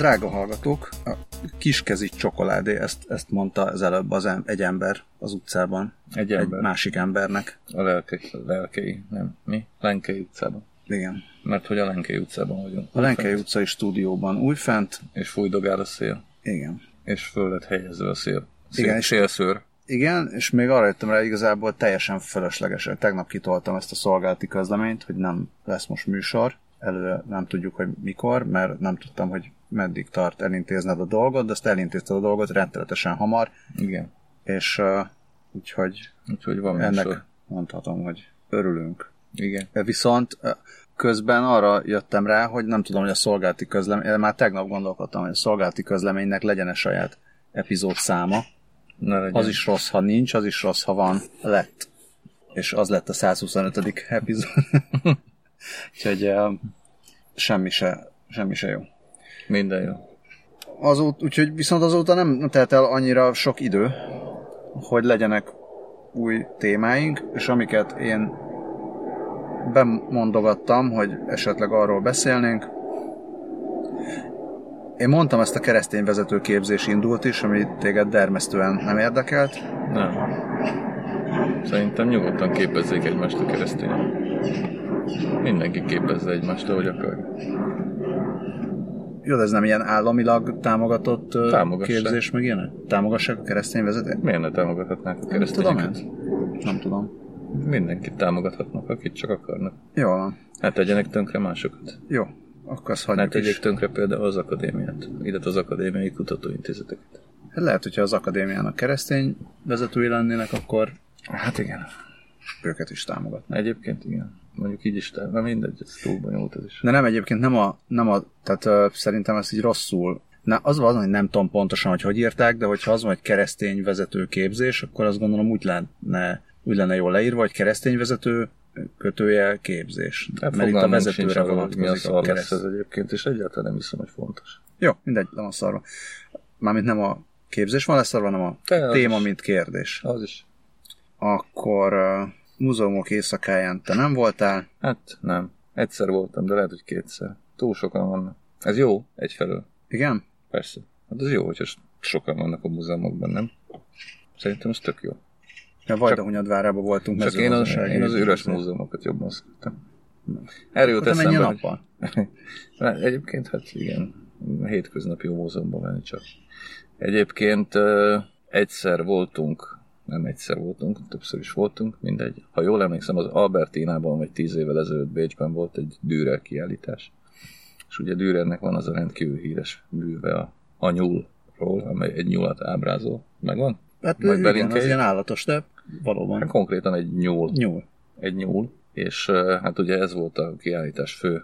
Drága hallgatók, a kiskezi csokoládé, ezt mondta az előbb egy ember az utcában. Egy másik embernek. A lelkei, nem? Mi? Lenkei utcában. Igen. Mert hogy a Lenkei utcában vagyunk. A Lenkei utcai stúdióban újfent. És fújdogál a szél. Igen. És föl lett helyezve a szél. Igen, szélszőr. Igen, és még arra jöttem rá, igazából teljesen fölöslegesen. Tegnap kitoltam ezt a szolgálati közleményt, hogy nem lesz most műsor. Előre nem tudjuk, hogy mikor, mert nem tudtam, hogy meddig tart elintézned a dolgot, de ezt elintézted a dolgot rettenetesen hamar. Igen. És úgyhogy van ennek műsor. Mondhatom, hogy örülünk. Igen. Viszont közben arra jöttem rá, hogy nem tudom, hogy a szolgálati közlemény, már tegnap gondolkodtam, hogy a szolgálati közleménynek legyen-e saját epizód száma. Az is rossz, ha nincs, az is rossz, ha van. Lett. És az lett a 125. epizód. Úgyhogy semmi se jó. Minden jó. Úgyhogy viszont azóta nem telt el annyira sok idő, hogy legyenek új témáink, és amiket én bemondogattam, hogy esetleg arról beszélnénk. Én mondtam, ezt a keresztény vezető képzés indult is, ami téged dermesztően nem érdekelt. Nem. Szerintem nyugodtan képezzék egymást a keresztények. Mindenki képezze egymást, ahogy akar. Jó, de ez nem ilyen államilag támogatott képzés, meg ilyenek? Támogassák a keresztény vezetőt? Miért ne támogathatnák a keresztényeket? Nem tudom. Mindenkit támogathatnak, akit csak akarnak. Jó van. Hát tegyenek tönkre másokat. Jó, akkor azt hagyjuk is. Ne tegyék tönkre például az akadémiát, illetve az akadémiai kutatóintézeteket. Hát lehet, hogyha az akadémiának keresztény vezetői lennének, akkor hát igen, őket is támogatnak. Egyébként igen. Mondjuk így is, nem mindegy, ez túl bonyolult ez is. De nem, egyébként nem a tehát szerintem ez így rosszul. Az van, hogy nem tudom pontosan, hogy írták, de hogyha az van, hogy keresztény vezető képzés, akkor azt gondolom úgy lenne jól leírva, hogy keresztény vezető kötőjel képzés. Hát mert itt a vezetőre vonatkozik a kereszt. Ez egyébként, és egyáltalán nem hiszem, hogy fontos. Jó, mindegy, le van szarva. Mármint nem a képzés van leszarva, hanem a téma, mint kérdés. Az is. Akkor múzeumok éjszakáján te nem voltál? Hát nem. Egyszer voltam, de lehet, hogy kétszer. Túl sokan vannak. Ez jó, egyfelől. Igen? Persze. Hát ez jó, hogyha sokan vannak a múzeumokban, nem? Szerintem ez tök jó. Ja, Vajdahunyadvárában voltunk. Csak én az üres múzeumokat jobban szoktam. Erről jut eszembe, nappal? Egyébként, hát igen, hétköznapi jó múzeumban menni csak. Egyébként egyszer voltunk, többször is voltunk, mindegy. Ha jól emlékszem, az Albertinában, vagy 10 évvel ezelőtt Bécsben volt egy Dürer kiállítás. És ugye Dürernek van az a rendkívül híres műve a nyúlról, amely egy nyulat ábrázol. Megvan? Hát igen, az ilyen állatos, de valóban. Hát konkrétan egy nyúl. Egy nyúl. És hát ugye ez volt a kiállítás fő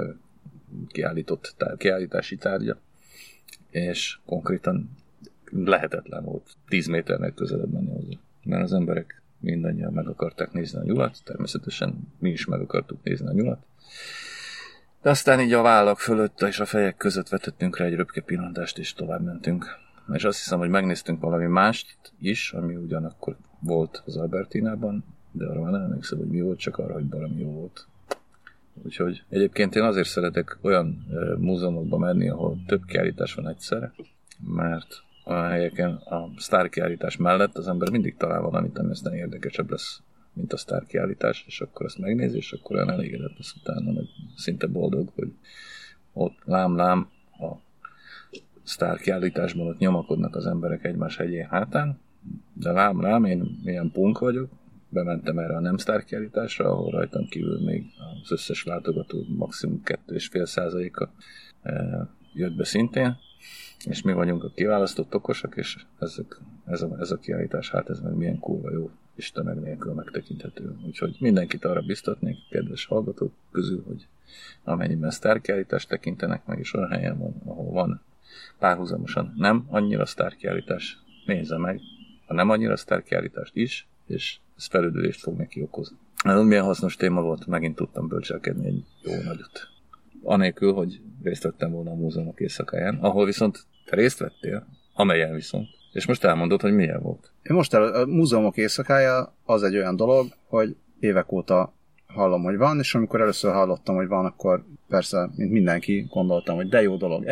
kiállítási tárgya. És konkrétan lehetetlen volt 10 méternek közelebb menni hozzá. Mert az emberek mindannyian meg akarták nézni a nyulat, természetesen mi is meg akartuk nézni a nyulat. De aztán így a vállak fölött és a fejek között vetettünk rá egy röpke pillantást, és tovább mentünk. És azt hiszem, hogy megnéztünk valami mást is, ami ugyanakkor volt az Albertinában, de arra már nem emlékszem, hogy mi volt, csak arra, hogy valami jó volt. Úgyhogy egyébként én azért szeretek olyan múzeumokba menni, ahol több kiállítás van egyszerre, mert a helyeken a sztárkiállítás mellett az ember mindig talál valamit, ami aztán érdekesebb lesz, mint a sztárkiállítás, és akkor azt megnézi, és akkor olyan elégedett lesz utána, meg szinte boldog, hogy ott lám a sztárkiállításban ott nyomakodnak az emberek egymás hegyén hátán, de lám, én milyen punk vagyok, bementem erre a nem sztárkiállításra, ahol rajtam kívül még az összes látogató maximum 2,5%-a jött be szintén, és mi vagyunk a kiválasztott okosak, és ez a kiállítás, hát ez meg milyen kurva jó, Isten nélkül megtekinthető. Úgyhogy mindenkit arra biztatnék, kedves hallgatók közül, hogy amennyiben sztárkiállítást tekintenek meg, és olyan helyen van, ahol van párhuzamosan nem annyira sztárkiállítás, nézze meg a nem annyira sztárkiállítást is, és ez felüldülést fog neki okozni. Ez milyen hasznos téma volt, megint tudtam bölcselkedni egy jó nagyot. Anélkül, hogy részt vettem volna a múzeumok éjszakáján, ahol viszont te részt vettél, amelyen viszont, és most elmondod, hogy milyen volt. Én most a múzeumok éjszakája az egy olyan dolog, hogy évek óta hallom, hogy van, és amikor először hallottam, hogy van, akkor persze, mint mindenki, gondoltam, hogy de jó dolog ez,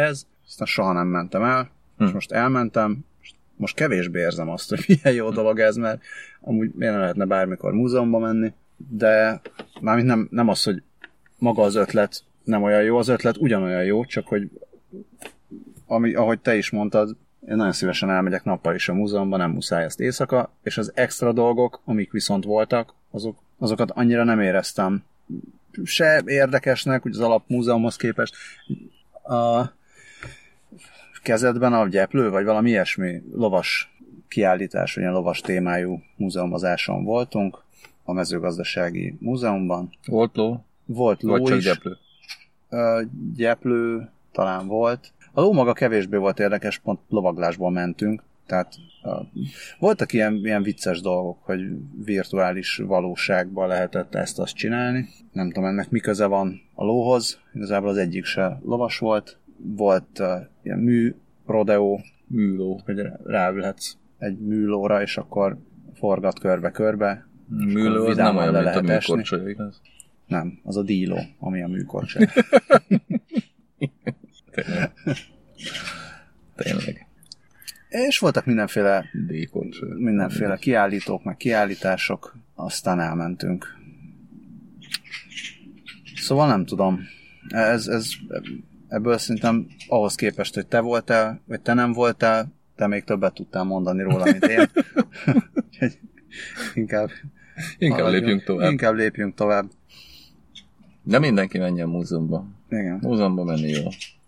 aztán soha nem mentem el, és most elmentem, most kevésbé érzem azt, hogy milyen jó dolog ez, mert amúgy miért nem lehetne bármikor múzeumba menni, de mármint nem az, hogy maga az ötlet nem olyan jó, az ötlet ugyanolyan jó, csak hogy ahogy te is mondtad, én nagyon szívesen elmegyek nappal is a múzeumban, nem muszáj ezt éjszaka, és az extra dolgok, amik viszont voltak, azokat annyira nem éreztem se érdekesnek, úgy az alapmúzeumhoz képest. A kezedben a gyeplő, vagy valami ilyesmi lovas kiállítás, vagy ilyen lovas témájú múzeumozáson voltunk, a mezőgazdasági múzeumban. Volt ló? Volt ló vagy csak is. gyeplő? Gyeplő talán volt. A ló maga kevésbé volt érdekes, pont lovaglásból mentünk, tehát voltak ilyen vicces dolgok, hogy virtuális valóságban lehetett ezt-azt csinálni. Nem tudom, ennek mi köze van a lóhoz, igazából az egyik se lovas volt. Volt ilyen műló, hogy ráülhetsz egy műlóra, és akkor forgat körbe-körbe. Műló az nem olyan, mint a műkorcsolya, igaz? Nem, az a díló, ami a műkorcsolya. Tényleg. És voltak mindenféle kiállítók, meg kiállítások, aztán elmentünk. Szóval nem tudom. Ebből szerintem ahhoz képest, hogy te voltál, vagy te nem voltál, te még többet tudtál mondani róla, mint én. Inkább lépjünk tovább. De mindenki menjen múzeumba. Igen. Múzeumba menni jó.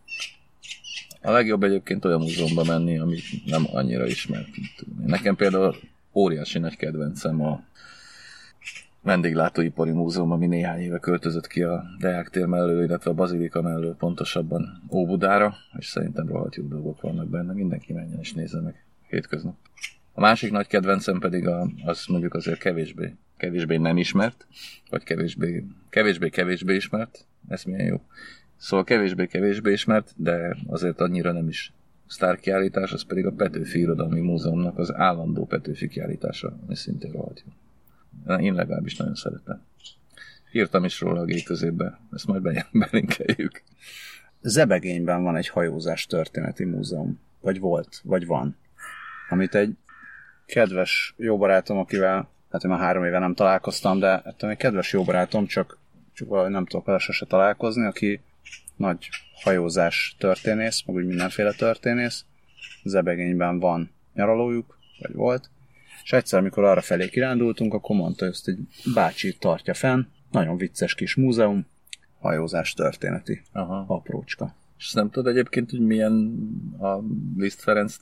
A legjobb egyébként olyan múzeumba menni, ami nem annyira ismert. Nekem például óriási nagy kedvencem a Vendéglátóipari Múzeum, ami néhány éve költözött ki a Deák tér mellől, illetve a Bazilika mellől, pontosabban Óbudára, és szerintem rohadt jó dolgok vannak benne. Mindenki menjen és nézze meg hétköznap. A másik nagy kedvencem pedig az mondjuk azért kevésbé nem ismert, vagy kevésbé ismert. Ez milyen jó. Szóval kevésbé ismert, de azért annyira nem is sztárkiállítás, az pedig a Petőfi Irodalmi Múzeumnak az állandó Petőfi kiállítása, ami szintén rohadt jó. Én legalábbis nagyon szeretem. Írtam is róla a G-középbe, ezt majd belinkeljük. Zebegényben van egy hajózás történeti múzeum, vagy volt, vagy van, amit egy kedves jó barátom, akivel hát én már 3 éve nem találkoztam, de ettől egy kedves jó barátom, csak valahogy nem tudok vele sose találkozni, aki nagy hajózás történész, meg úgy mindenféle történész. Zebegényben van nyaralójuk, vagy volt, és egyszer, amikor arra felé kirándultunk, akkor mondta, hogy ezt egy bácsi tartja fenn, nagyon vicces kis múzeum, hajózás történeti. Aha. Aprócska. És nem tudod egyébként, hogy milyen a Liszt Ferenc,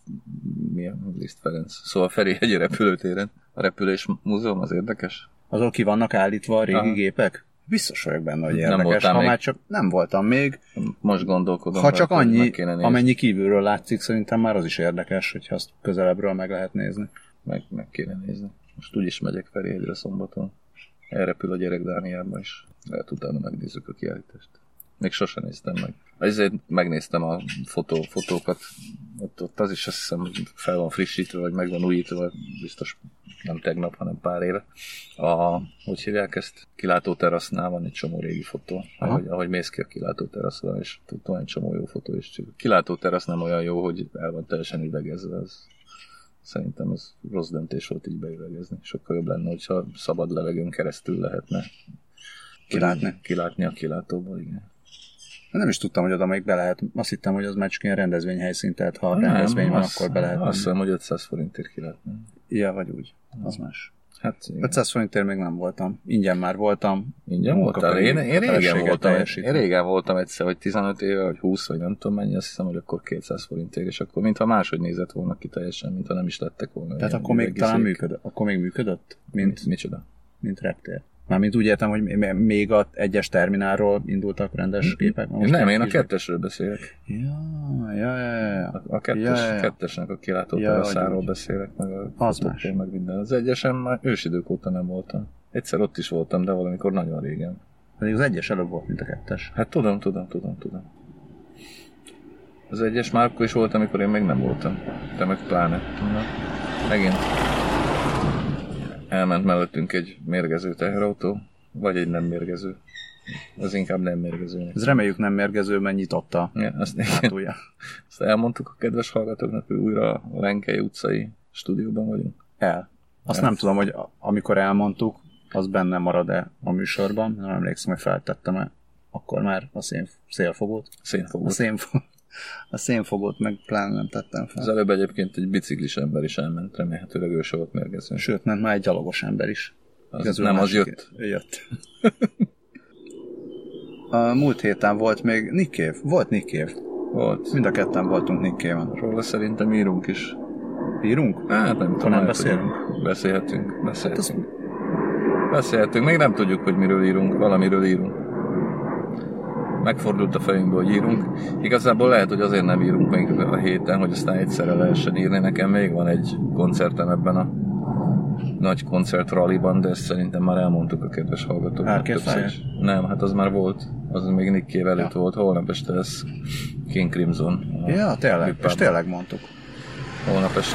szóval Ferihegyi repülőtéren a repülés múzeum, az érdekes? Azok ki vannak állítva a régi gépek? Biztos vagyok benne, hogy érdekes, ha már csak nem voltam még. Most gondolkodom. Ha csak annyi, amennyi kívülről látszik, szerintem már az is érdekes, hogyha azt közelebbről meg lehet nézni. Meg kéne nézni. Most úgyis megyek Ferihegyre szombaton. Elrepül a gyerek Dániába is. Lehet utána megnézzük a kiállítást. Még sosem néztem meg. Ezért megnéztem a fotókat. Ott az is azt hiszem, hogy fel van frissítve, vagy meg van újítva, biztos nem tegnap, hanem pár éve. Hogy hívják ezt? Kilátóterasznál van egy csomó régi fotó. Ahogy mész ki a kilátóteraszra, és van egy csomó jó fotó is. A kilátóterasz nem olyan jó, hogy el van teljesen üvegezve. Szerintem ez rossz döntés volt így beüvegezni. Sokkal jobb lenne, hogyha szabad levegőn keresztül lehetne kilátni a kilátóból, igen. Nem is tudtam, hogy oda még be lehet. Azt hittem, hogy az már csak ilyen rendezvényhelyszín, tehát ha rendezvény van, akkor be lehet. Azt hiszem, hogy 500 forintért kilátni. Ja, vagy úgy. Az más. Hát, 500 forintért még nem voltam. Ingyen már voltam. Ingyen voltál? Én régen voltam egyszer, hogy 15 éve, vagy 20, vagy nem tudom mennyi, azt hiszem, hogy akkor 200 forintért, és akkor mintha máshogy nézett volna ki teljesen, mintha nem is lettek volna. Tehát akkor még talán működött? Akkor még működött? Micsoda? Mint reptér. Mármint úgy értem, hogy még a 1-es terminálról indultak rendes gépek? Nem, én a 2-esről beszélek. Ja. A 2-esnek a kilátóteraszáról beszélek, meg a fotókról, meg minden. Az 1-esen már ősidők óta nem voltam. Egyszer ott is voltam, de valamikor nagyon régen. Pedig az 1-es előbb volt, mint a 2-es. Hát tudom. Az 1-es már akkor is volt, amikor én még nem voltam. De meg pláne. Na, megint elment mellettünk egy mérgező teherautó, vagy egy nem mérgező. az inkább nem mérgező. Ez reméljük nem mérgező, mert nyitotta hátulja. Azt elmondtuk a kedves hallgatóknak, hogy újra a Lenkei utcai stúdióban vagyunk? Azt nem tudom, hogy amikor elmondtuk, az benne marad-e a műsorban. Nem emlékszem, hogy feltettem-e akkor már a szélfogót. A szénfogót meg pláne nem tettem fel. Az előbb egyébként egy biciklis ember is elment, remélhetőleg ő se volt mérgező. Sőt, ment már egy gyalogos ember is. Az jött. A múlt héten volt még Nick Cave. Volt Nick Cave. Volt. Mind a ketten voltunk Nick Cave-en. Róla szerintem írunk is. Írunk? Hát nem tudom. Nem beszélünk? Beszélhetünk. Beszélhetünk. Még nem tudjuk, hogy miről írunk. Valamiről írunk. Megfordult a fejünkből, hogy írunk. Igazából lehet, hogy azért nem írunk még a héten, hogy aztán egyszerre lehessen írni. Nekem még van egy koncertem ebben a nagy koncertralliban, de ezt szerintem már elmondtuk a kedves hallgatóknak. Nem, hát az már volt. Az még Nick Cave előtt volt. Holnap este lesz King Crimson. Ja, tényleg. És tényleg mondtuk. Holnap este.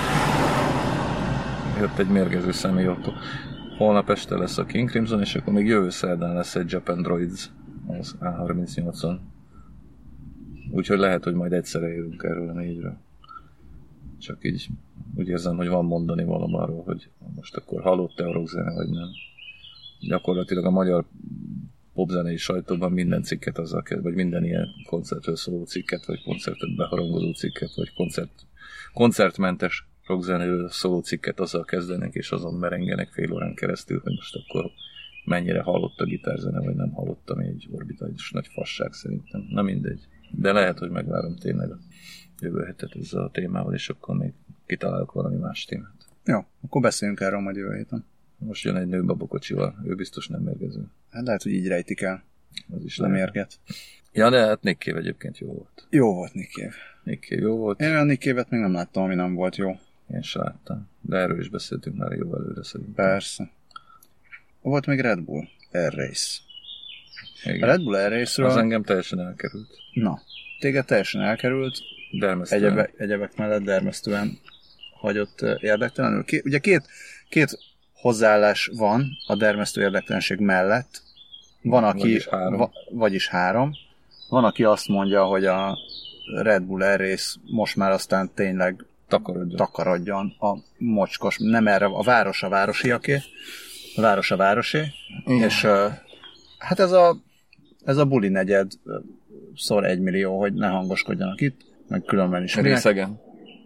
Jött egy mérgező személy ott. Holnap este lesz a King Crimson, és akkor még jövő szerdán lesz egy Japan Droids az A38-on. Úgyhogy lehet, hogy majd egyszerre írunk erről a négyről. Csak így úgy érzem, hogy van mondani valami hogy most akkor hallott-e a rockzene, vagy nem. Gyakorlatilag a magyar popzenei sajtóban minden cikket azzal kezd, vagy minden ilyen koncertről szóló cikket, vagy koncertet beharangozó cikket, vagy koncertmentes rockzenéről szóló cikket azzal kezdenek, és azon merengenek fél órán keresztül, hogy most akkor mennyire hallott a gitárzene, vagy nem hallott, ami egy orbitális nagy fasság szerintem. Na mindegy. De lehet, hogy megvárom tényleg a jövő hetet ezzel a témával, és akkor még kitalálok valami más témát. Jó, akkor beszéljünk erről majd jövő héten. Most jön egy nő babakocsival, ő biztos nem mérgező. Hát lehet, hogy így rejtik el. Az is nem mérget. Ja, de hát Nick Cave egyébként jó volt. Jó volt Nick Cave. Nick Cave jó volt. Én olyan Nick Cave-et még nem láttam, ami nem volt jó. Én se láttam. De erről is beszéltünk már jó előre szerintem. Persze. Volt még Red Bull Air Race. Igen. A Red Bull Air Race-ről... Az engem teljesen elkerült. Na, téged teljesen elkerült. Egyebek mellett dermesztően hagyott érdektelenül. Ugye két hozzáállás van a dermesztő érdektelenség mellett. Van, aki... Vagyis három. Van, aki azt mondja, hogy a Red Bull Air Race most már aztán tényleg takarodjon a mocskos, nem erre, a város a városiaké, a város a városé, és hát ez a buli negyed szor 1 millió, hogy ne hangoskodjanak itt, meg különben is. Részegen.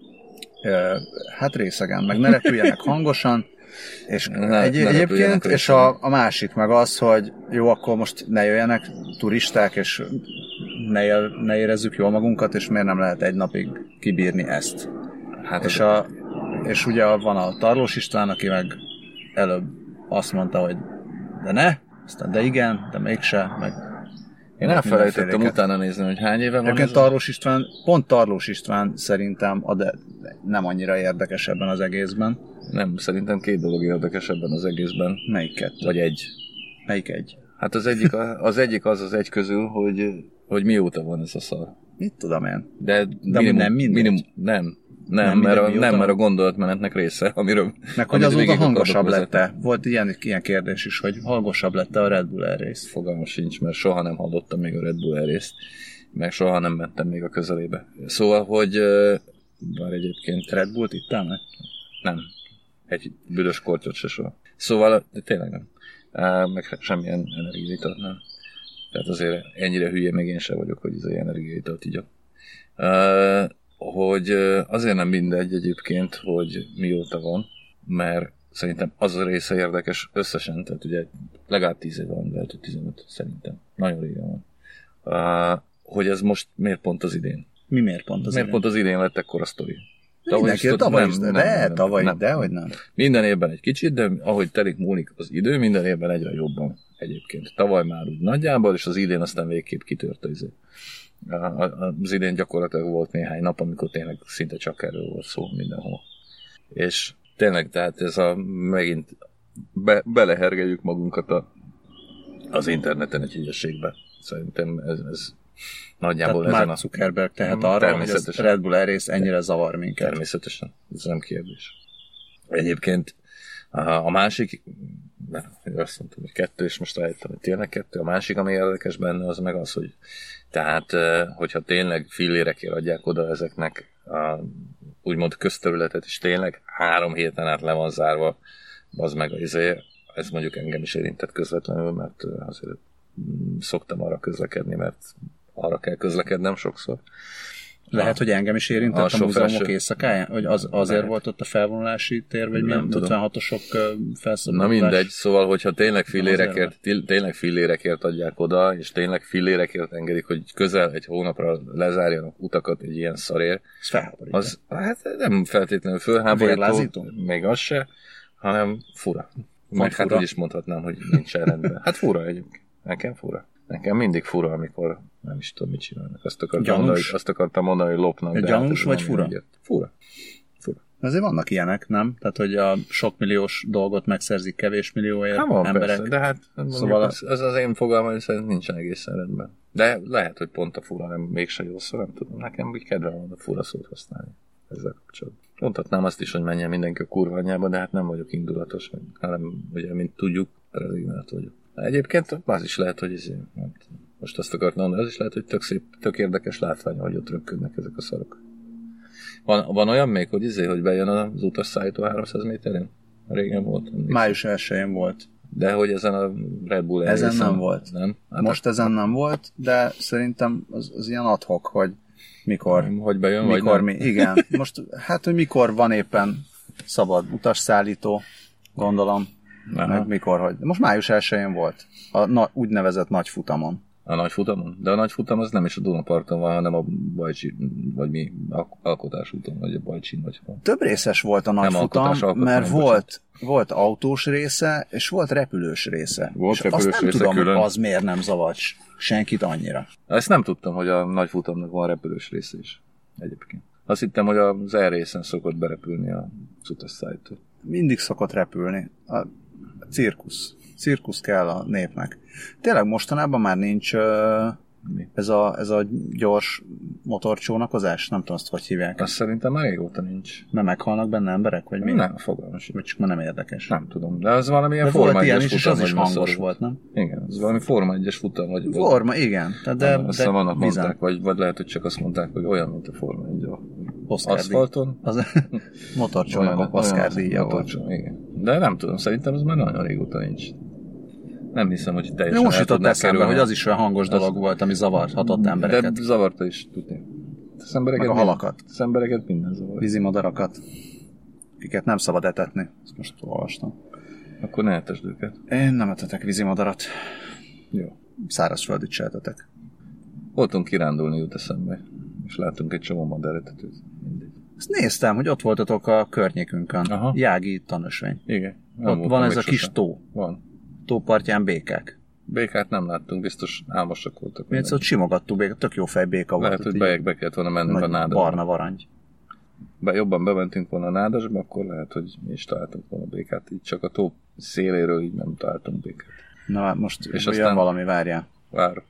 Hát részegen, meg ne repüljenek hangosan, és egyébként, és a másik meg az, hogy jó, akkor most ne jöjjenek turisták, és ne érezzük jól magunkat, és miért nem lehet egy napig kibírni ezt. Hát és ugye van a Tarlós István, aki meg előbb azt mondta, hogy de ne, aztán de igen, de mégse, meg én elfelejtettem utána nézni, hogy hány éve van ez. Pont Tarlós István szerintem nem annyira érdekes ebben az egészben. Nem, szerintem 2 dolog érdekes ebben az egészben. Melyik 2? Vagy egy. Melyik egy? Hát az egyik az egy közül, hogy mióta van ez a szar. Mit tudom én? De nem, mert a gondolatmenetnek része, amiről... Meg hogy azóta hangosabb lett-e? Volt ilyen kérdés is, hogy hangosabb lett-e a Red Bull Air Race? Fogalmam sincs, mert soha nem hallottam még a Red Bull Air Race-t, meg soha nem mentem még a közelébe. Szóval, hogy bár egyébként... Red Bullt ittál meg? Nem. Egy büdös kortyot se soha. Szóval, de tényleg nem. Meg semmilyen energiaitalt nem. Tehát azért ennyire hülye még én sem vagyok, hogy ez egy energiaitalt igyak. Hogy azért nem mindegy egyébként, hogy mióta van, mert szerintem az a része érdekes összesen, tehát ugye legalább 10 éve van, lehet, hogy 15 szerintem. Nagyon régen van. Hogy ez most miért pont az idén? Mi miért pont az idén? Miért pont az idén lett ekkora sztori? Tavaly, dehogy nem. Minden évben egy kicsit, de ahogy múlik az idő, minden évben egyre jobban egyébként. Tavaly már úgy nagyjából, és az idén aztán végképp kitört az idén gyakorlatilag volt néhány nap, amikor tényleg szinte csak erről volt szó mindenhol. És tényleg, tehát ez megint belehergeljük magunkat az interneten egy hülyeségbe. Szerintem ez nagyjából tehát Mark Zuckerberg tehet arra, hogy a Red Bull Air Race ennyire zavar minket. Természetesen, ez nem kérdés. Egyébként a másik mert azt mondtam, hogy 2, és most rájöttem, hogy tényleg 2. A másik, ami érdekes benne, az meg az, hogy tehát, hogyha tényleg fillérekért adják oda ezeknek a úgymond közterületet, és tényleg 3 héten át le van zárva, az meg ez mondjuk engem is érintett közvetlenül, mert azért szoktam arra közlekedni, mert arra kell közlekednem sokszor. Lehet, hogy engem is érintett a múzeumok éjszakáján? Hogy azért volt ott a felvonulási tér, vagy nem 56-osok felszabadulás? Na mindegy, szóval, hogyha tényleg fillérekért adják oda, és tényleg fillérekért engedik, hogy közel egy hónapra lezárjanak utakat egy ilyen szarért, az hát nem feltétlenül fölháborító, még az se, hanem fura. Meg hát úgy is mondhatnám, hogy nincs rendben. Hát fura egyébként. Nekem fura. Nekem mindig fura, amikor nem is tudom, mit csinálnak. Azt akartam mondani, hogy lopnak. Gyanús vagy fura? Fura. Azért vannak ilyenek, nem? Tehát, hogy a sok milliós dolgot megszerzik kevés millióért emberek. Persze, de hát szóval az én fogalmam szerint nincsen egészen rendben. De lehet, hogy pont a fura nem mégse jó szó, nem tudom. Nekem úgy kedve van a fura szót használni ezzel kapcsolatban. Mondhatnám azt is, hogy menjen mindenki a kurva anyjába, de hát nem vagyok indulatos, hanem ugye, mint tudjuk, rezignált vagyok. Egyébként az is lehet, hogy most azt akartam mondani, az is lehet, hogy tök szép, tök érdekes látvány, hogy ott röpködnek ezek a szarok. Van olyan még, hogy bejön az utasszállító 300 méterén? Régen volt. Május 1-én volt. De hogy ezen a Red Bull ezen nem volt. Nem? Hát most ezen nem volt, de szerintem az ilyen ad-hoc, hogy mikor. Hogy bejön, mikor vagy nem? Igen. Most, hát, hogy mikor van éppen szabad utasszállító, gondolom. Meg mikor, hogy. Most május 1-én volt. A úgynevezett nagy futamon. A nagy futamon? De a nagy futam az nem is a Dunaparton van, hanem a Bajcsi, vagy mi, alkotásúton, vagy a Bajcsin, vagy van. Több részes volt a nagy futam, mert volt autós része, és volt repülős része. Volt és repülős azt nem része tudom, külön. az miért nem zavart senkit annyira. Ezt nem tudtam, hogy a nagy futamnak van repülős része is. Egyébként. Azt hittem, hogy az E részen szokott berepülni a utasszállító. Mindig szokott repülni. A cirkusz kell a népnek. Tényleg mostanában már nincs ez a gyors motorcsónakozás? Nem tudom azt, hogy hívják. Azt szerintem már régóta nincs. Mert meghalnak benne emberek? Vagy mi? Nem, fogalmas. Vagy csak már nem érdekes. Nem tudom, de az valamilyen Forma 1-es futam. És az is hangos volt, nem? Igen, az valami Forma 1-es futam. Vagy Forma, igen. De vannak mondták, vagy lehet, hogy csak azt mondták, hogy olyan, mint a Forma 1 aszfalton. Az motorcsónakok Oscar díja volt. Igen. De nem tudom, szerintem az már nagyon régóta nincs. Nem hiszem, hogy teljesen most jutott eszembe, hogy az is olyan hangos dolog volt, ami zavarhatott embereket. De zavarta is, tudni. Meg a halakat. Az embereket minden zavar. Vízimadarakat, akiket nem szabad etetni. Ezt most olvastam. Akkor ne etesd őket. Én nem etetek vízimadarat. Jó. Szárazföldit se etetek. Voltunk kirándulni, jut eszembe, és láttunk egy csomó madaretetőt. Mindegy. Ezt néztem, hogy ott voltatok a környékünkön. Aha. Jági tanösvény. Igen. Ott van ez a kis tó. Van. Tópartján békák. Békát nem láttunk, biztos álmosak voltak. Miért ott simogattuk békát, tök jó fej béka volt. Lehet, hogy be kellett volna mennünk a nádasba. Barna varangy. Jobban bementünk volna a nádasba, akkor lehet, hogy mi is találtunk volna békát. Így csak a tó széléről így nem találtunk békát. Na most és aztán valami, várjál. Várok.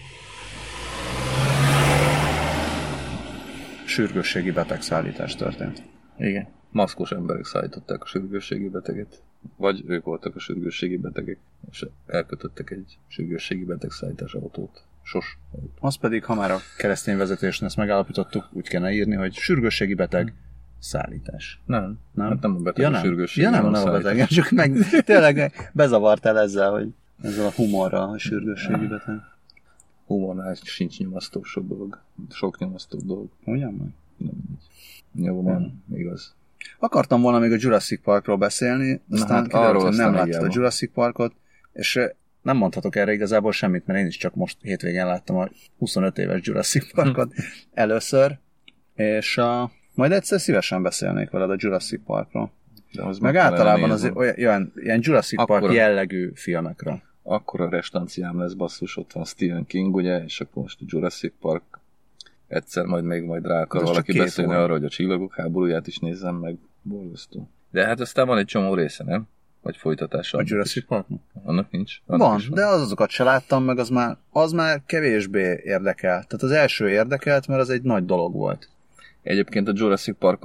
Sürgősségi betegszállítás történt. Igen. Maszkos emberek szállították a sürgősségi beteget. Vagy ők voltak a sürgősségi betegek, és elkötöttek egy sürgősségi betegszállítás autót. Az pedig, ha már a keresztény vezetésnél ezt megállapítottuk, úgy kellene írni, hogy sürgősségi beteg szállítás. Nem? Hát nem a beteg, a sürgősségi. Nem a beteg, csak meg tényleg bezavartál ezzel, hogy ezzel a humorral, a sürgősségi beteg. Humornál sincs nyomasztóbb dolog. Sok nyomasztóbb dolog. Ugyan meg? Jó, van, igaz. Akartam volna még a Jurassic Parkról beszélni, aztán kiderült, hogy nem láttad a Jurassic Parkot, és nem mondhatok erre igazából semmit, mert én is csak most hétvégén láttam a 25 éves Jurassic Parkot először, és majd egyszer szívesen beszélnék veled a Jurassic Parkról. Meg általában az ilyen Jurassic Park jellegű filmekről. Akkora restanciám lesz, basszus, ott van Stephen King, ugye, és akkor most a Jurassic Park egyszer majd rá akar valaki beszélni arra, hogy a Csillagok háborúját is nézzem meg. Borzasztó. De hát aztán van egy csomó része, nem? Vagy folytatása. A Jurassic Parknak? Annak nincs. Van, de azokat se láttam, meg az már kevésbé érdekel. Tehát az első érdekelt, mert az egy nagy dolog volt. Egyébként a Jurassic Parkot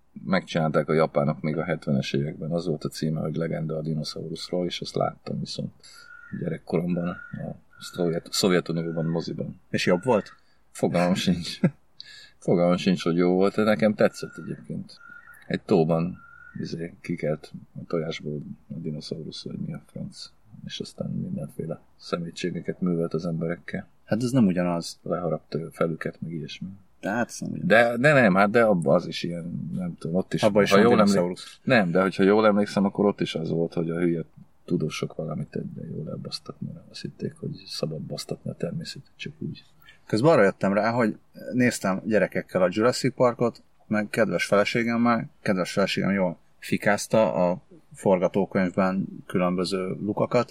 megcsinálták a japánok még a 70-es években. Az volt a címe, hogy Legenda a dinoszauruszról, és azt láttam viszont gyerekkoromban a Szovjetunióban, moziban. És jobb volt? Fogalmam sincs. Fogalmam sincs, hogy jó volt, de nekem tetszett egyébként. Egy tóban kikelt a tojásból a dinoszaurusz, vagy mi a franc. És aztán mindenféle szemétségeket művelt az emberekkel. Hát ez nem ugyanaz. Leharapta a felüket, meg ilyesmi. Hát ez nem ugyanaz. De nem, hát de abban az is ilyen, nem tudom, ott is. Abban is ha jól nem, de hogyha jól emlékszem, akkor ott is az volt, hogy a hülye tudósok valamit egyben jól elbasztak, mert azt hitték, hogy szabad basztatni a természetet, csak úgy. Közben arra jöttem rá, hogy néztem gyerekekkel a Jurassic Parkot, meg kedves feleségem jól fikázta a forgatókönyvben különböző lukakat,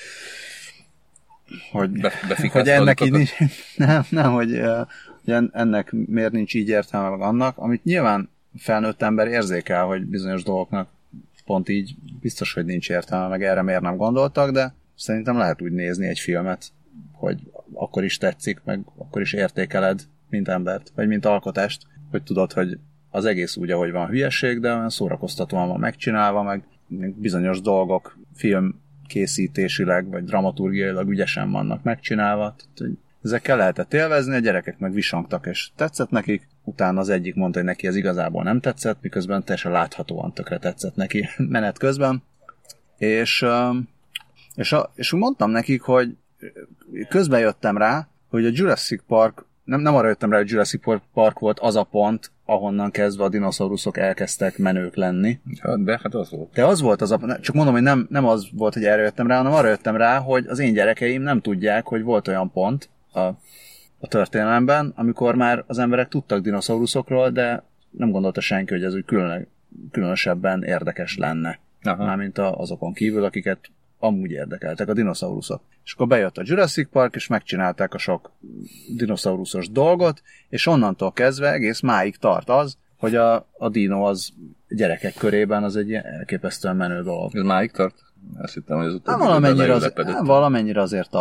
hogy ennek így nincs, hogy ennek miért nincs így értelme meg annak, amit nyilván felnőtt ember érzékel, hogy bizonyos dolgoknak pont így biztos, hogy nincs értelme, meg erre miért nem gondoltak, de szerintem lehet úgy nézni egy filmet, hogy akkor is tetszik, meg akkor is értékeled, mint embert, vagy mint alkotást, hogy tudod, hogy az egész úgy, ahogy van hülyeség, de olyan szórakoztatóan van megcsinálva, meg bizonyos dolgok filmkészítésileg, vagy dramaturgiailag ügyesen vannak megcsinálva. Tehát, ezekkel lehetett élvezni, a gyerekek meg visangtak, és tetszett nekik. Utána az egyik mondta, hogy neki ez igazából nem tetszett, miközben teljesen láthatóan tökre tetszett neki menet közben. És mondtam nekik, hogy közben jöttem rá, hogy a Jurassic Park, nem arra jöttem rá, hogy Jurassic Park volt az a pont, ahonnan kezdve a dinoszauruszok elkezdtek menők lenni. De hát az volt. De az volt az a... Csak mondom, hogy nem az volt, hogy erre jöttem rá, hanem arra jöttem rá, hogy az én gyerekeim nem tudják, hogy volt olyan pont a történelemben, amikor már az emberek tudtak dinoszauruszokról, de nem gondolta senki, hogy ez úgy különösebben érdekes lenne. Aha. Mármint azokon kívül, akiket amúgy érdekeltek a dinoszauruszok. És akkor bejött a Jurassic Park, és megcsinálták a sok dinoszauruszos dolgot, és onnantól kezdve egész máig tart az, hogy a dino az gyerekek körében az egy elképesztően menő dolog. Ez máig tart? Azt hittem, hogy az utóbbi valamennyire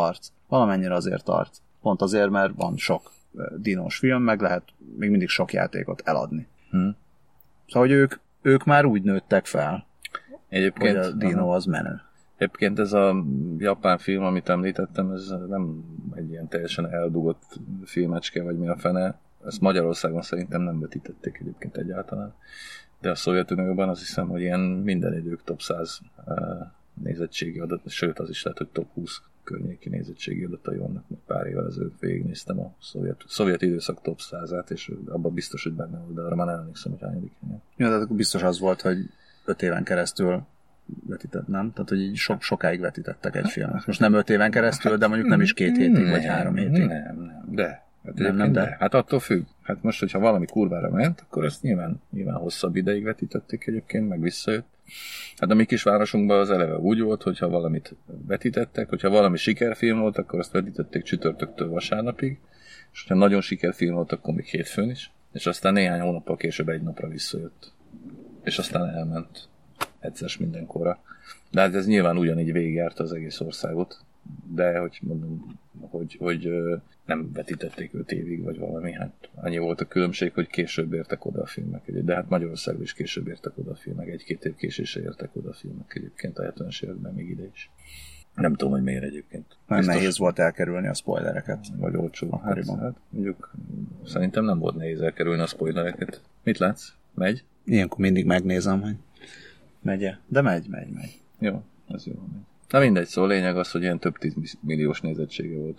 azért tart. Pont azért, mert van sok dinós film, meg lehet még mindig sok játékot eladni. Szóval, hogy ők már úgy nőttek fel, egyébként, hogy a dino az menő. Egyébként ez a japán film, amit említettem, ez nem egy ilyen teljesen eldugott filmecske, vagy mi a fene. Ezt Magyarországon szerintem nem vetítették egyébként egyáltalán. De a Szovjetunióban azt hiszem, hogy ilyen minden idők top 100 nézettségi adat, sőt az is lehet, hogy top 20 környéki nézettségi adatai vannak. Pár évvel ezelőtt végignéztem a szovjet időszak top 100-át, és abban biztos, hogy benne volt, de arra már nem emlékszem, hogy hányadik helyen. Ja, tehát akkor biztos az volt, hogy 5 éven keresztül vetített, nem? Tehát, hogy így sokáig vetítettek egy filmet. Most nem 5 éven keresztül, de mondjuk nem is 2 hétig, vagy 3 hétig. Nem. De. Hát attól függ. Hát most, hogyha valami kurvára ment, akkor ezt nyilván hosszabb ideig vetítették egyébként, meg visszajött. Hát a mi kisvárosunkban az eleve úgy volt, hogyha valamit vetítettek, hogyha valami sikerfilm volt, akkor azt vetítették csütörtöktől vasárnapig, és hogyha nagyon sikerfilm volt, akkor még hétfőn is, és aztán néhány hónappal később egy napra visszajött. És aztán elment egyszer mindenkorra. De hát ez nyilván ugyanígy végigjárta az egész országot, de hogy mondom, hogy nem vetítették 5 évig, vagy valami, hát annyi volt a különbség, hogy később értek oda a filmek. De hát Magyarországon is később értek oda a filmek, 1-2 év késésre értek oda a filmek egyébként a 70-es években még ide is. Nem tudom, hogy miért egyébként. Nagyon nehéz volt elkerülni a spoilereket. Vagy olcsó. Hát mondjuk szerintem nem volt nehéz elkerülni a spoilereket. Mit látsz? Megy? Ilyenkor mindig megnézem, hogy megy-e. De megy. Jó, ez jó. Na mindegy, szóval lényeg az, hogy ilyen több 10 milliós nézettsége volt,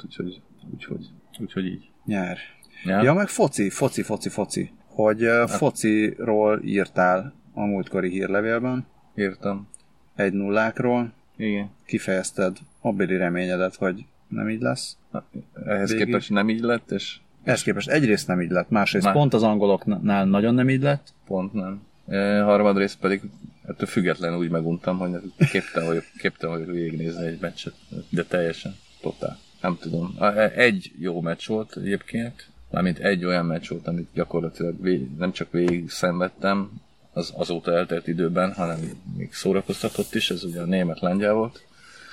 úgyhogy így. Nyár. Ja, meg foci. Hogy fociról írtál a múltkori hírlevélben. Írtam. 1-0-ról. Igen. Kifejezted abbéli reményedet, hogy nem így lesz. Ehhez képest nem így lett, és... Ehhez képest egyrészt nem így lett, másrészt pont az angoloknál nagyon nem így lett. Pont nem. Harmadrészt pedig ettől függetlenül úgy meguntam, hogy képtem vagyok végignézni egy meccset, de teljesen, totál. Nem tudom. Egy jó meccs volt egyébként, mármint egy olyan meccs volt, amit gyakorlatilag nem csak végig szenvedtem az azóta eltelt időben, hanem még szórakoztatott is, ez ugye a német-lengyel volt.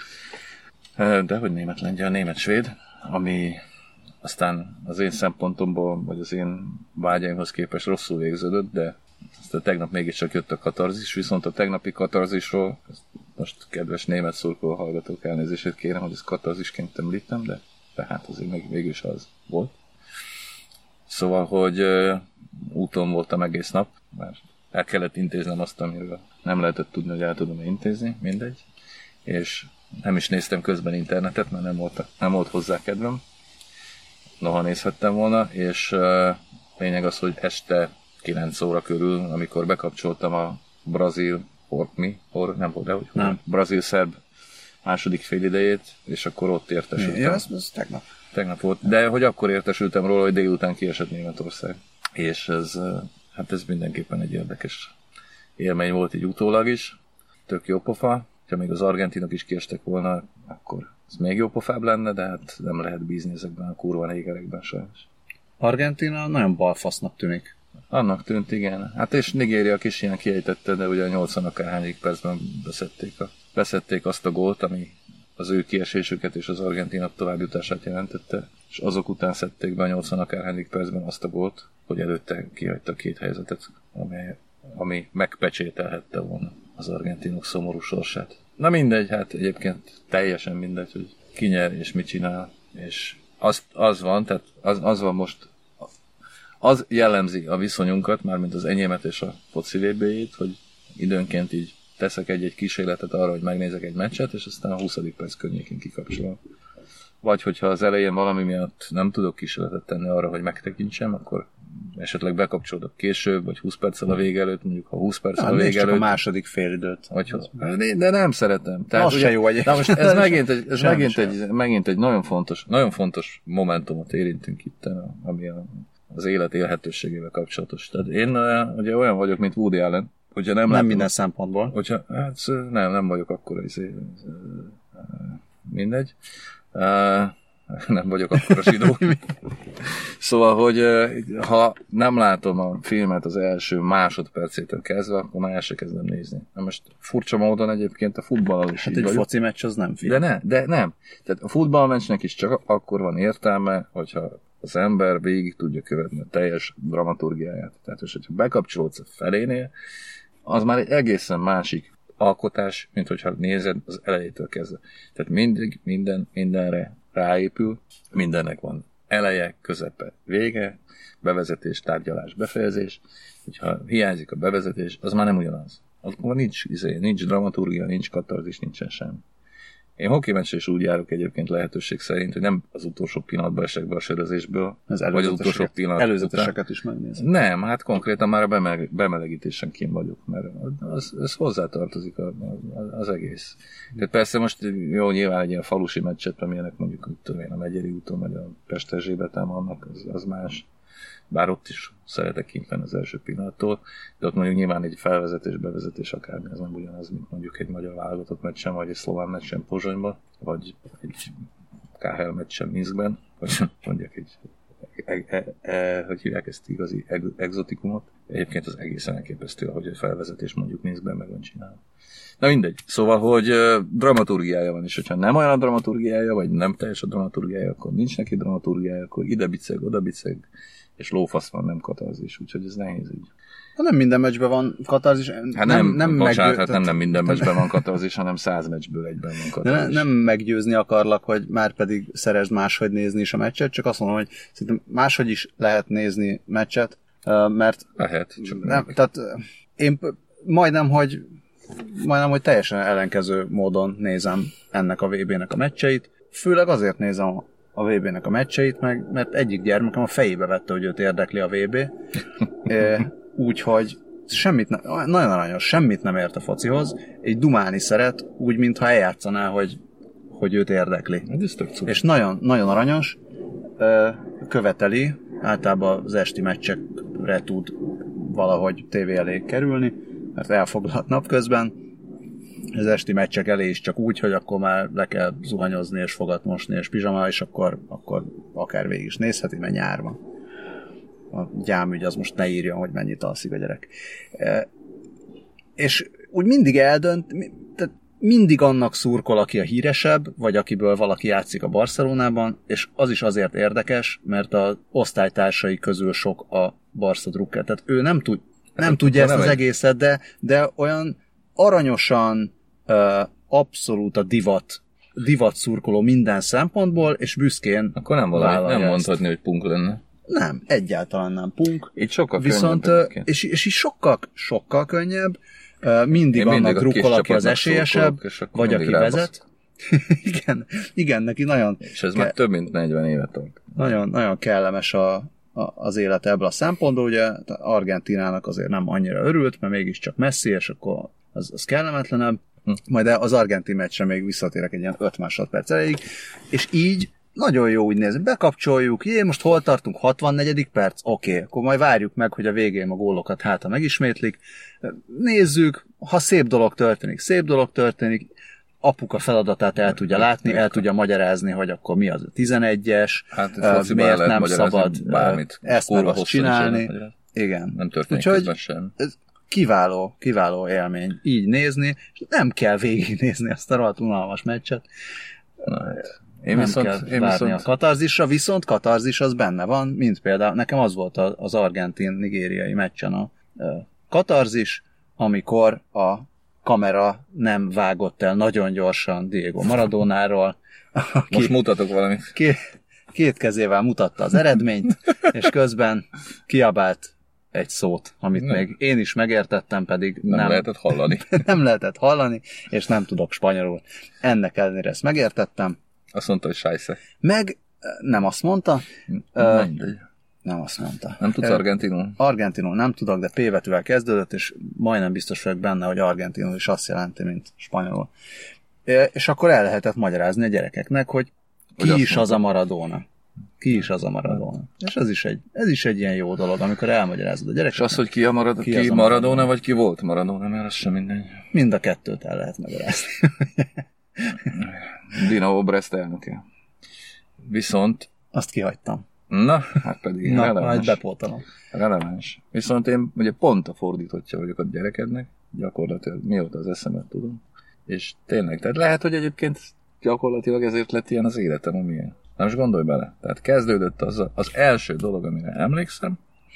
De hogy német-lengyel, német-svéd, ami aztán az én szempontomból, vagy az én vágyaimhoz képest rosszul végződött, de aztán tegnap mégiscsak jött a katarzis, viszont a tegnapi katarzisról, most kedves német szurkoló hallgatók elnézését kérem, hogy ezt katarzisként említem, de tehát azért mégis az volt. Szóval, hogy úton voltam egész nap, mert el kellett intéznem azt, amiről nem lehetett tudni, hogy el tudom intézni, mindegy. És nem is néztem közben internetet, mert nem volt hozzá kedvem. Noha nézhettem volna, és lényeg az, hogy este 9 óra körül, amikor bekapcsoltam a brazil-szerb második félidejét, és akkor ott értesültem. Ja, ez tegnap. Tegnap volt, de hogy akkor értesültem róla, hogy délután kiesett Németország. És ez mindenképpen egy érdekes élmény volt így utólag is. Tök jó pofa. Ha még az argentinok is kiestek volna, akkor ez még jó pofább lenne, de hát nem lehet bízni ezekben a kurva négerekben sajnos. Argentina nagyon balfasznak tűnik. Annak tűnt, igen. Hát és Nigéria is ilyen kiejtette, de ugye a 80 akárhányik percben beszették azt a gólt, ami az ő kiesésüket és az argentinok továbbjutását jelentette, és azok után szedték be a 80 akárhányik percben azt a gólt, hogy előtte kihagyta 2 helyzetet, ami megpecsételhette volna az argentinok szomorú sorsát. Na mindegy, hát egyébként teljesen mindegy, hogy ki nyer és mit csinál, és az van, tehát az van most, az jellemzi a viszonyunkat, mármint az enyémet és a foci VB-jét, hogy időnként így teszek egy kísérletet arra, hogy megnézek egy meccset, és aztán a 20. perc környékén kikapcsolom. Vagy hogyha az elején valami miatt nem tudok kísérletet tenni arra, hogy megtekintsem, akkor esetleg bekapcsolódok később, vagy 20 perccel a vége előtt, mondjuk ha 20 perccel a vége előtt. A második félidőt. De nem szeretem. Tehát az ugye, se jó egyébként. Na most ez megint egy nagyon fontos momentumot érintünk itt, ami az élet élhetőségével kapcsolatos. Tehát én ugye olyan vagyok, mint Woody Allen, hogyha nem minden szempontból. Hogyha, hát nem vagyok akkora mindegy. Nem vagyok akkora zsidó. Szóval, hogy ha nem látom a filmet az első másodpercétől kezdve, akkor már el se kezdem nézni. Na most furcsa módon egyébként a futballal is hát így egy vagyok. foci meccs az nem film. De nem. Tehát a futballmeccsnek is csak akkor van értelme, hogyha az ember végig tudja követni a teljes dramaturgiáját. Tehát, hogyha bekapcsolódsz a felénél, az már egy egészen másik alkotás, mint hogyha nézed az elejétől kezdve. Tehát mindig mindenre ráépül, mindennek van eleje, közepe, vége, bevezetés, tárgyalás, befejezés. Hogyha hiányzik a bevezetés, az már nem ugyanaz. Akkor nincs dramaturgia, nincs katarzis, nincsen semmi. Én hokimeccsen is úgy járok egyébként lehetőség szerint, hogy nem az utolsó pillanatban esek be a sörözésből, vagy az utolsó pillanat előzeteseket is megnézem. Nem, hát konkrétan már a bemelegítésen kint vagyok, mert ez hozzátartozik az egész. Tehát persze most jó, nyilván egy ilyen falusi meccset, amilyenek mondjuk a Megyeri úton, vagy a Pesterzsébeten vannak, az más. Bár ott is szeretek kint lenni az első pillanattól, de ott mondjuk nyilván egy felvezetés, bevezetés akármi, az nem ugyanaz, mint mondjuk egy magyar válogatott meccsen, vagy egy szlován meccsen Pozsonyban, vagy egy KHL meccsen Minskben, vagy mondjuk egy hogy hívják ezt igazi exotikumot. Egyébként az egészen elképesztő, hogy a felvezetés mondjuk Minskben meg van csinálva. Na mindegy. Szóval, hogy dramaturgiája van, és hogyha nem olyan a dramaturgiája, vagy nem teljes a dramaturgiája, akkor nincs neki dramaturgiája, akkor ide biceg, oda biceg, és lófasz van, nem katarzis, úgyhogy ez nehéz így. Nem minden meccsben van katarzis. Hát nem minden meccsben van katarzis, hanem 100 meccsből egyben van katarzis. Nem meggyőzni akarlak, hogy már pedig szeresd máshogy nézni is a meccset, csak azt mondom, hogy szerintem máshogy is lehet nézni meccset, mert lehet, csak nem. Tehát én majdnem, hogy teljesen ellenkező módon nézem ennek a VB-nek a meccseit. Főleg azért nézem a VB-nek a meccseit, mert egyik gyermekem a fejébe vette, hogy őt érdekli a VB. Úgyhogy nagyon aranyos, semmit nem ért a focihoz, egy dumálni szeret, úgy, mintha eljátszaná, hogy őt érdekli. És nagyon, nagyon aranyos, követeli, általában az esti meccsekre tud valahogy tévé elé kerülni, mert elfoglalt napközben, az esti meccsek elé is csak úgy, hogy akkor már le kell zuhanyozni, és fogat mosni, és pizsama, és akkor akár végig is nézheti, mert nyár van. A gyámügy az most ne írjon, hogy mennyit alszik a gyerek. És úgy mindig eldönt, tehát mindig annak szurkol, aki a híresebb, vagy akiből valaki játszik a Barcelonában, és az is azért érdekes, mert az osztálytársai közül sok a Barca drukker. Tehát ő nem tud, nem tudja ezt az egészet, de olyan aranyosan abszolút a divat szurkoló minden szempontból, és büszkén akkor nem mondhatni, hogy punk lenne. Nem, egyáltalán nem punk. Így sokkal viszont, és így sokkal könnyebb. Mindig annak drukkol, aki az esélyesebb, vagy aki vezet. igen, neki nagyon... És ez már több mint 40 éve tart. Nagyon kellemes az élet ebből a szempontból. Ugye Argentinának azért nem annyira örült, mert mégiscsak Messi, és akkor az kellemetlenebb. Majd az argentin meccsre még visszatérek egy ilyen 5 másodperc elejéig. És így nagyon jó úgy nézni. Bekapcsoljuk, most hol tartunk? 64. perc? Oké, akkor majd várjuk meg, hogy a végén a gólokat hátra megismétlik. Nézzük, ha szép dolog történik, apuka feladatát el tudja látni, el tudja magyarázni, hogy akkor mi az a 11-es, miért nem szabad bármit, ezt meg azt csinálni. Igen. Nem történik közben sem. Ez kiváló élmény így nézni, és nem kell végignézni ezt a rohadt unalmas meccset. Én viszont a katarzisra, viszont katarzis az benne van, mint például nekem az volt az argentin-nigériai meccsen a katarzis, amikor a kamera nem vágott el nagyon gyorsan Diego Maradonáról. Most mutatok valamit. Két kezével mutatta az eredményt, és közben kiabált egy szót, amit még én is megértettem, pedig nem lehetett hallani. Nem lehetett hallani, és nem tudok spanyolul. Ennek ellenére ezt megértettem. Azt mondta, hogy sájsze. Meg nem azt mondta. Nem azt mondta. Nem tudsz argentinul? Argentinul nem tudok, de P betűvel kezdődött, és majdnem biztos vagyok benne, hogy argentinul is azt jelenti, mint spanyolul. És akkor el lehetett magyarázni a gyerekeknek, hogy ki is az a Maradona. Ki is az a Maradona. És ez is egy ilyen jó dolog, amikor elmagyarázod a gyerekeknek. És az, hogy ki a Maradona, vagy ki volt Maradona, mert az sem minden. Mind a kettőt el lehet magyarázni. Dinamo Brest elnöke. Viszont... Azt kihagytam. Na, hát pedig releváns. Majd bepótolom. Releváns. Viszont én ugye pont a fordítottja vagyok a gyerekednek, gyakorlatilag mióta az eszemet tudom. És tényleg, tehát lehet, hogy egyébként gyakorlatilag ezért lett ilyen az életem, amilyen. Na most gondolj bele. Tehát kezdődött az első dolog, amire emlékszem.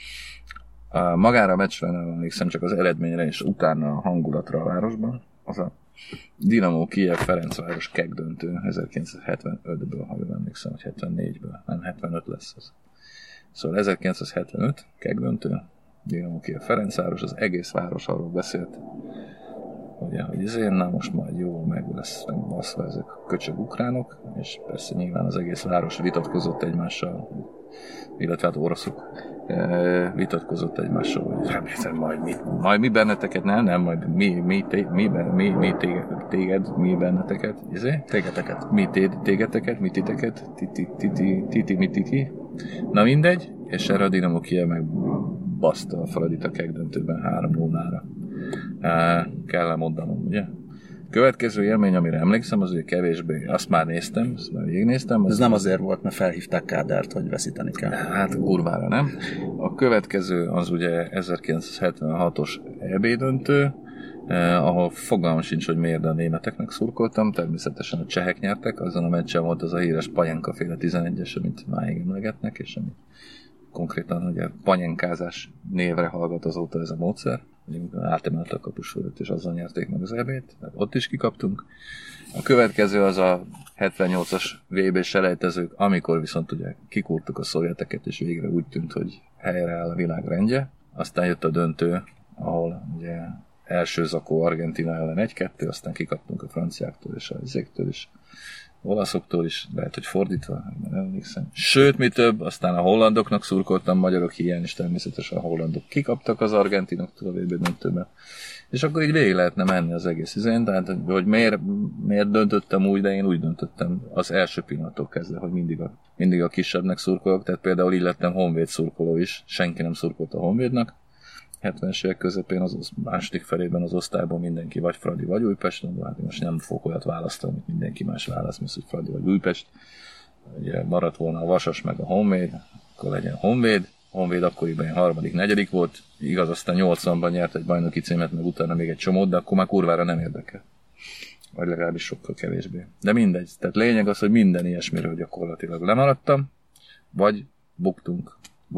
Magára a meccsre nem emlékszem, csak az eredményre és utána a hangulatra a városban. Az a Dinamo Kijev Ferencváros keg döntő 1975-ből, ha jól emlékszem, hogy 74-ből, nem 75 lesz az. Szóval 1975 keg döntő, Dinamo Kijev Ferencváros, az egész város arról beszélt, hogy ezért na most majd jól meg lesznek baszva ezek a köcsög ukránok, és persze nyilván az egész város vitatkozott egymással, illetve hát oroszok vitatkozott egymással, hogy remélem majd mi benneteket, nem, majd mi téged, mi benneteket, tégeteket, mi titeket, titi. Na mindegy, és erre a Dinamo Kijev meg baszta a Fradita keg döntőben 3-0-ra. Kell mondanom, ugye? Következő élmény, amire emlékszem, az ugye kevésbé, azt már végignéztem. Ez nem azért volt, mert felhívták Kádert, hogy veszíteni kell. Hát kurvára nem. A következő az ugye 1976-os EB döntő, ahol fogalmam sincs, hogy miért, de a németeknek szurkoltam, természetesen a csehek nyertek, azon a meccsen volt az a híres Panyenka féle 11-es, amit máig emlegetnek, és ami konkrétan ugye panyenkázás névre hallgat azóta ez a módszer. Átemelte a kapus fölött, és azzal nyerték meg az EB-t. Ott is kikaptunk. A következő az a 78-as VB-s selejtezők, amikor viszont ugye kikúrtuk a szovjeteket, és végre úgy tűnt, hogy helyreáll a világ rendje. Aztán jött a döntő, ahol ugye első zakó Argentina ellen 1-2, aztán kikaptunk a franciáktól és a izéktől is. Olaszoktól is, lehet, hogy fordítva, nem emlékszem. Sőt, mi több, aztán a hollandoknak szurkoltam, magyarok hiány, és természetesen a hollandok kikaptak az argentinoktól a VB döntőben. És akkor így végig lehetne menni az egész izén, tehát hogy miért döntöttem úgy, de én úgy döntöttem az első pillanattól kezdve, hogy mindig a kisebbnek szurkolok, tehát például így lettem Honvéd szurkoló is, senki nem szurkolt a Honvédnak. 70-es évek közepén, az második felében az osztályban mindenki vagy Fradi, vagy Újpest, hát most nem fogok olyat választani, amit mindenki más választ, mint hogy Fradi vagy Újpest. Ugye maradt volna a Vasas meg a Honvéd, akkor legyen Honvéd. Honvéd akkoriban harmadik, negyedik volt, igaz, aztán 80-ban nyert egy bajnoki címet, meg utána még egy csomót, de akkor már kurvára nem érdekel. Vagy legalábbis sokkal kevésbé. De mindegy. Tehát lényeg az, hogy minden ilyesmiről gyakorlatilag lemaradtam, vagy buktunk, vagy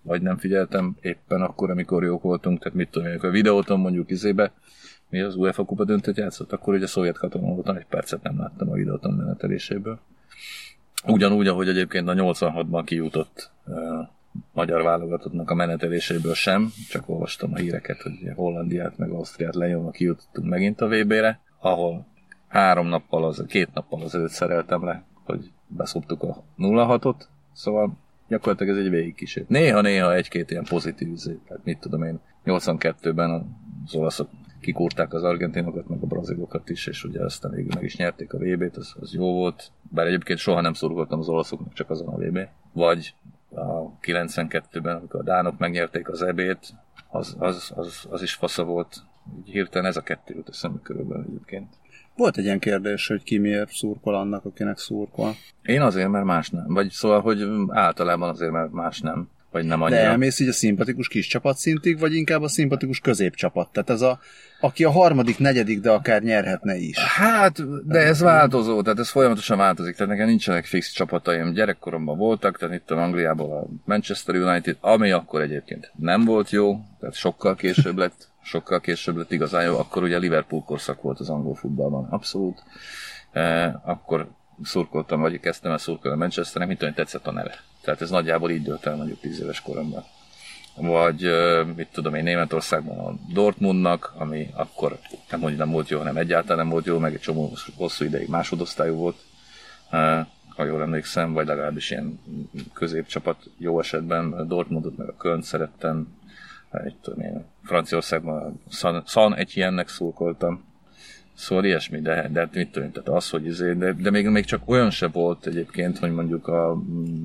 vagy nem figyeltem éppen akkor, amikor jók voltunk, tehát mit tudom én, a videóton mondjuk mi az UEFA kupa döntőt játszott, akkor ugye szovjet katona voltam, egy percet nem láttam a videóton meneteléséből. Ugyanúgy, ahogy egyébként a 86-ban kijutott magyar válogatottnak a meneteléséből sem, csak olvastam a híreket, hogy Hollandiát meg Ausztriát lenyomva kijutottunk megint a VB-re, ahol 2 nappal azelőtt szereltem le, hogy beszoptuk a 0-6-ot, szóval gyakorlatilag ez egy végigkísért. Néha egy-két ilyen pozitív üzlet, hát mit tudom én, 82-ben az olaszok kikúrták az argentinokat, meg a brazilokat is, és ugye aztán végül meg is nyerték a VB-t, az jó volt, bár egyébként soha nem szurkoltam az olaszoknak, csak azon a VB. Vagy a 92-ben, amikor a dánok megnyerték az EB-t, az is fasza volt. Hirtelen ez a 2 jut eszembe körülbelül egyébként. Volt egy ilyen kérdés, hogy ki miért szurkol annak, akinek szurkol. Én azért, mert más nem. Vagy szóval, hogy általában azért, mert más nem. Vagy nem annyira. De elmész így a szimpatikus kis csapat szintig, vagy inkább a szimpatikus középcsapat? Tehát ez aki a 3., 4., de akár nyerhetne is. Hát, de ez változó, tehát ez folyamatosan változik. Tehát nekem nincsenek fix csapataim. Gyerekkoromban voltak, tehát itt a Angliából a Manchester United, ami akkor egyébként nem volt jó, tehát sokkal később lett igazán jó. Akkor ugye Liverpool korszak volt az angol futballban, abszolút. Akkor szurkoltam, vagy kezdtem el szurkolni a Manchesternek, mint olyan tetszett a neve. Tehát ez nagyjából így dőlt el mondjuk 10 éves koromban. Vagy mit tudom én, Németországban a Dortmundnak, ami akkor nem volt jó, hanem egyáltalán nem volt jó, meg egy csomó hosszú ideig másodosztályú volt, ha jól emlékszem, vagy legalábbis ilyen középcsapat jó esetben. Dortmundot meg a Kölnt szerettem, Franciaországban a Saint-Étienne-nek szurkoltam. Szóval ilyesmi, de mit tudom, tehát az, hogy de még csak olyan se volt egyébként, hogy mondjuk a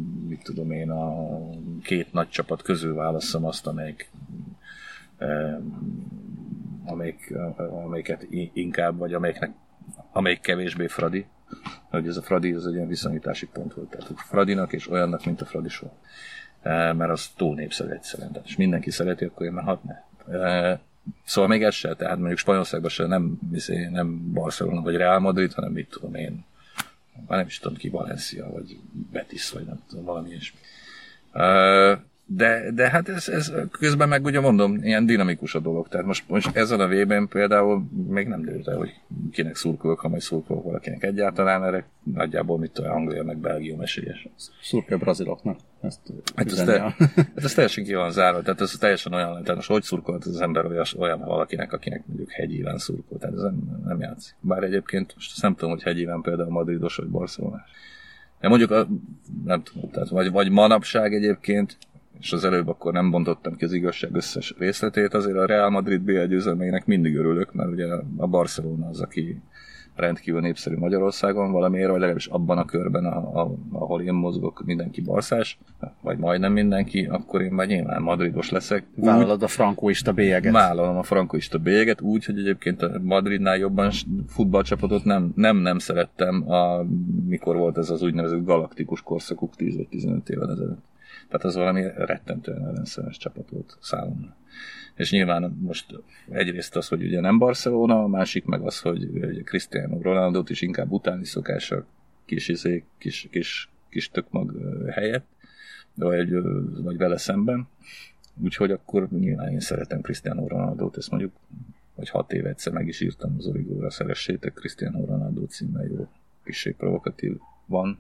2 nagy csapat közül válasszam azt, amelyiket inkább, vagy amelyik kevésbé Fradi. Hogy ez a Fradi, ez egy ilyen viszonyítási pont volt. Tehát, hogy Fradinak és olyannak, mint a Fradi soha. Mert az túl népszerű egyszerűen. Tehát, és mindenki szereti, akkor én már hadd ne. Szóval még ez se, tehát mondjuk Spanyolországban se nem Barcelona vagy Real Madrid, hanem mit tudom én, már nem is tudom ki, Valencia, vagy Betis, vagy nem tudom, valami ilyesmi. De hát ez közben meg ugye mondom, ilyen dinamikus a dolog, tehát most ezen a VB-n például még nem dőlt el, hogy kinek szurkolok, ha majd szurkolok valakinek egyáltalán, erre nagyjából mit tudom, Anglia meg Belgium esélyes. Szurkolj braziloknak. Ez teljesen ki van zárva, tehát ez teljesen olyan, tehát most hogy szurkolt az ember olyan valakinek, akinek mondjuk Hegyíván szurkolt, tehát ez nem játszik. Bár egyébként most nem tudom, hogy Hegyíván például madridos vagy barcelonás. De mondjuk nem tudom, tehát vagy manapság egyébként, és az előbb akkor nem bontottam ki az igazság összes részletét, azért a Real Madrid BL győzelmeinek mindig örülök, mert ugye a Barcelona az, aki rendkívül népszerű Magyarországon valamiért, vagy legalábbis abban a körben, ahol én mozgok, mindenki barszás, vagy majdnem mindenki, akkor én majd nyilván madridos leszek. Vállalod a frankoista bélyeget. Vállalom a frankoista bélyeget, úgy, hogy egyébként a Madridnál jobban futballcsapatot nem szerettem, mikor volt ez az úgynevezett galaktikus korszakuk 10 vagy 15 évvel ezelőtt. Tehát az valami rettentően ellenszeres csapat volt számomra. És nyilván most egyrészt az, hogy ugye nem Barcelona, a másik meg az, hogy Cristiano Ronaldot is inkább utálni szokás a kis tökmag helyett, vagy vele szemben. Úgyhogy akkor nyilván én szeretem Cristiano Ronaldot, ezt mondjuk, vagy 6 éve egyszer meg is írtam az Origóra, szeressétek, Cristiano Ronaldo címmel jó, kissé provokatív van.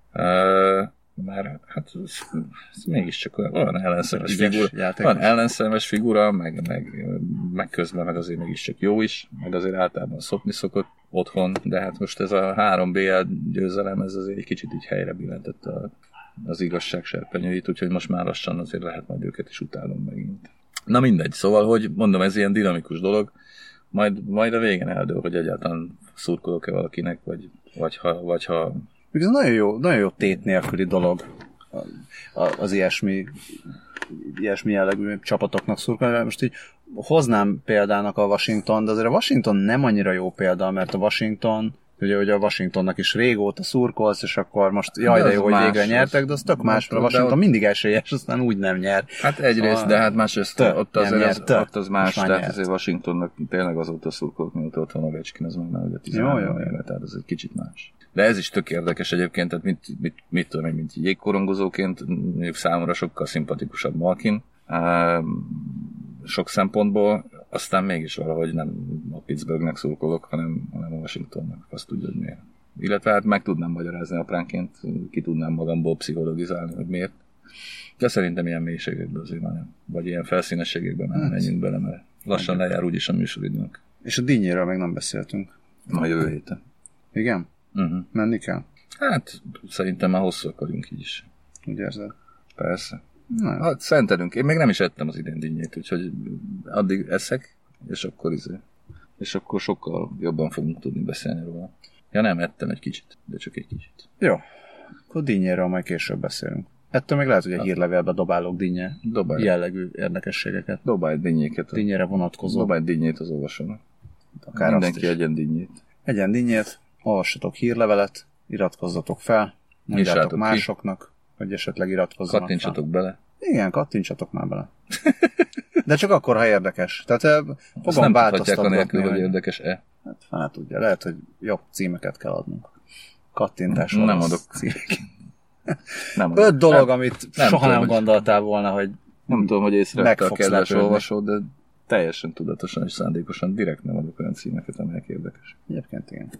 Már hát ez mégiscsak olyan ellenszeres figura, meg közben meg azért mégiscsak jó is, meg azért általában szopni szokott otthon, de hát most ez a 3 BL győzelem, ez azért egy kicsit így helyre billentett az igazság serpenyőit, úgyhogy most már lassan azért lehet majd őket is utálom megint. Na mindegy, szóval, hogy mondom, ez ilyen dinamikus dolog, majd a végén eldől, hogy egyáltalán szurkolok-e valakinek, vagy ha ez nagyon jó tét nélküli dolog az ilyesmi jellegű csapatoknak szurkolni. Most így hoznám példának a Washington, de azért a Washington nem annyira jó példa, mert a Washington Ugye, hogy a Washingtonnak is régóta szurkolsz, és akkor most jaj, de jó, hogy végre nyertek, de az tök más, mert a Washington mindig esélyes, aztán úgy nem nyer. Hát egyrészt, de hát másrészt ott az más, tehát azért Washingtonnak tényleg azóta szurkolok, mióta ott van Ovechkin, az meg már ugye 13 éve, tehát ez egy kicsit más. De ez is tök érdekes egyébként, tehát mit tudom én, mint jégkorongozóként, számomra sokkal szimpatikusabb Malkin, sok szempontból, aztán mégis valahogy nem a Pittsburghnek szurkolok, hanem a Washingtonnak, azt tudja, hogy miért. Illetve hát meg tudnám magyarázni apránként, ki tudnám magamból pszichologizálni, hogy miért. De szerintem ilyen mélységekben azért már nem. Vagy ilyen felszínességekben már nem menjünk bele, mert lassan lejár úgyis a műsoridőnk. És a dinnyéről még nem beszéltünk. Ma jövő héten. Igen? Menni kell? Hát szerintem már hosszú akarjunk így is. Úgy érzed? Persze. Hát szentelünk. Én még nem is ettem az idén dinnyét, úgyhogy addig eszek, és akkor sokkal jobban fogunk tudni beszélni róla. Ja nem, ettem egy kicsit, de csak egy kicsit. Jó, akkor dinnyéről majd később beszélünk. Ettől még lehet, hogy a hírlevélbe dobálok dinnye jellegű érdekességeket. Dobálj dinnyéket. Dinnyére vonatkozó. Dobálj dinnyét az olvasónak. Akár mindenki egyen dinnyét. Egyen dinnyét, olvassatok hírlevelet, iratkozzatok fel, mondjátok másoknak, hogy esetleg iratkozzanak. Kattintsatok bele. Igen, kattintsatok már bele. De csak akkor, ha érdekes. Tehát fogom változtatni. Anélkül, hogy érdekes-e. Hát fele tudja, lehet, hogy jobb címeket kell adnunk. Kattintásról. Nem adok címeket. 5 dolog, amit soha nem gondoltál volna, hogy nem tudom, hogy észrevette a kedves olvasó, de teljesen tudatosan és szándékosan direkt nem adok olyan címeket, amelyek érdekes. Egyébként igen.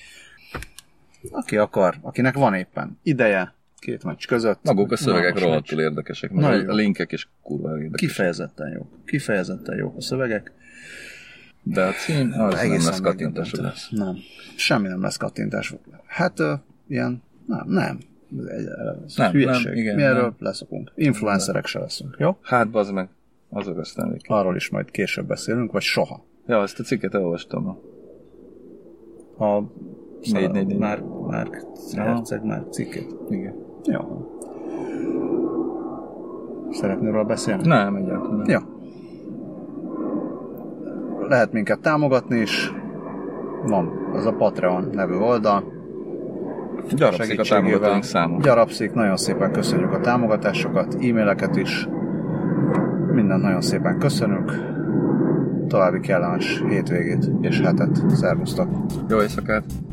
Aki akar, akinek van éppen ideje, 2 meccs között. Maguk a szövegek rohadtul érdekesek, meg a linkek is kurva érdekesek. Kifejezetten jók a szövegek. De a cím az nem lesz kattintásod lesz. Nem. Semmi nem lesz kattintás. Hát ilyen, nem. Ez hülyeség. Mi erről leszokunk. Influencerek se leszünk, jó? Hát bazd meg, azok aztán végig. Arról is majd később beszélünk, vagy soha. Ja, ezt a cikket elolvastam. A 444 Márk Herceg Márk cikkét. Igen. Jó. Szeretnél róla beszélni? Nem, egyáltalán nem. Ja. Lehet minket támogatni is. Van az a Patreon nevű oldal. Gyarapszik a támogatóink száma. Gyarapszik, nagyon szépen köszönjük a támogatásokat, e-maileket is. Mindent nagyon szépen köszönünk. További kellemes hétvégét és hetet. Szervusztok! Jó éjszakát!